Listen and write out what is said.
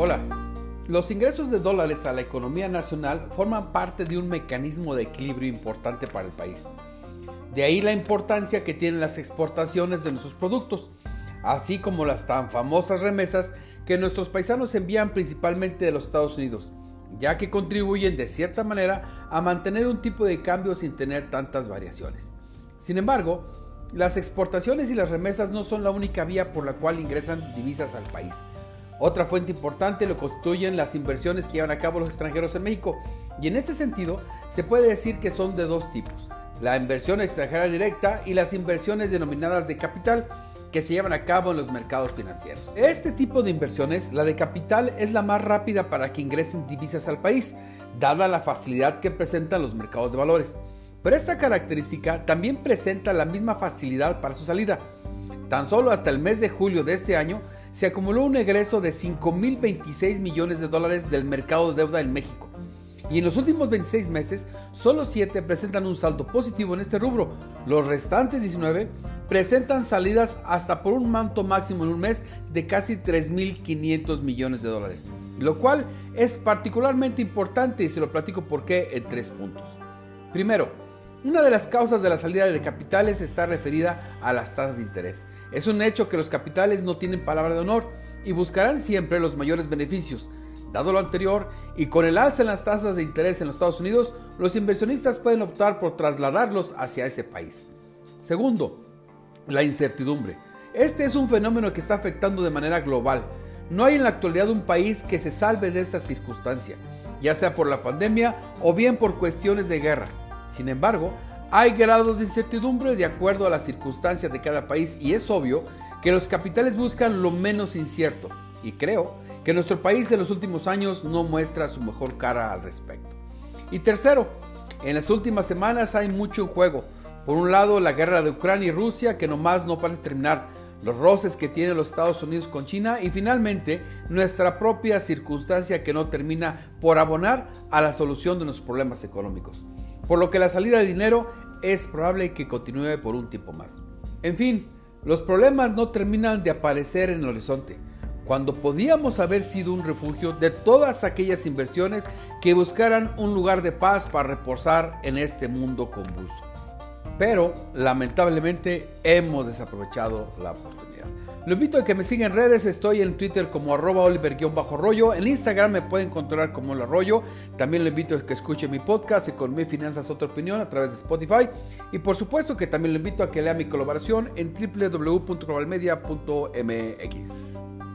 Hola. Los ingresos de dólares a la economía nacional forman parte de un mecanismo de equilibrio importante para el país. De ahí la importancia que tienen las exportaciones de nuestros productos, así como las tan famosas remesas que nuestros paisanos envían principalmente de los Estados Unidos, ya que contribuyen de cierta manera a mantener un tipo de cambio sin tener tantas variaciones. Sin embargo, las exportaciones y las remesas no son la única vía por la cual ingresan divisas al país. Otra fuente importante lo constituyen las inversiones que llevan a cabo los extranjeros en México, y en este sentido se puede decir que son de dos tipos: la inversión extranjera directa y las inversiones denominadas de capital, que se llevan a cabo en los mercados financieros. Este tipo de inversiones, la de capital, es la más rápida para que ingresen divisas al país, dada la facilidad que presentan los mercados de valores. Pero esta característica también presenta la misma facilidad para su salida. Tan solo hasta el mes de julio de este año se acumuló un egreso de $5,026 millones del mercado de deuda en México. Y en los últimos 26 meses, solo 7 presentan un saldo positivo en este rubro. Los restantes 19 presentan salidas hasta por un monto máximo en un mes de casi $3,500 millones, lo cual es particularmente importante, y se lo platico por qué en 3 puntos. Primero, una de las causas de la salida de capitales está referida a las tasas de interés. Es un hecho que los capitales no tienen palabra de honor y buscarán siempre los mayores beneficios. Dado lo anterior, y con el alza en las tasas de interés en los Estados Unidos, los inversionistas pueden optar por trasladarlos hacia ese país. Segundo, la incertidumbre. Este es un fenómeno que está afectando de manera global. No hay en la actualidad un país que se salve de esta circunstancia, ya sea por la pandemia o bien por cuestiones de guerra. Sin embargo, hay grados de incertidumbre de acuerdo a las circunstancias de cada país, y es obvio que los capitales buscan lo menos incierto, y creo que nuestro país en los últimos años no muestra su mejor cara al respecto. Y tercero, en las últimas semanas hay mucho en juego. Por un lado, la guerra de Ucrania y Rusia, que nomás no parece terminar, los roces que tienen los Estados Unidos con China, y finalmente nuestra propia circunstancia que no termina por abonar a la solución de nuestros problemas económicos, por lo que la salida de dinero es probable que continúe por un tiempo más. En fin, los problemas no terminan de aparecer en el horizonte, cuando podíamos haber sido un refugio de todas aquellas inversiones que buscaran un lugar de paz para reposar en este mundo convulso. Pero, lamentablemente, hemos desaprovechado la oportunidad. Lo invito a que me siga en redes. Estoy en Twitter como @Oliver_Rollo. En Instagram me pueden encontrar como El Arroyo. También lo invito a que escuche mi podcast Economía y Finanzas Otra Opinión a través de Spotify. Y por supuesto que también lo invito a que lea mi colaboración en www.globalmedia.mx.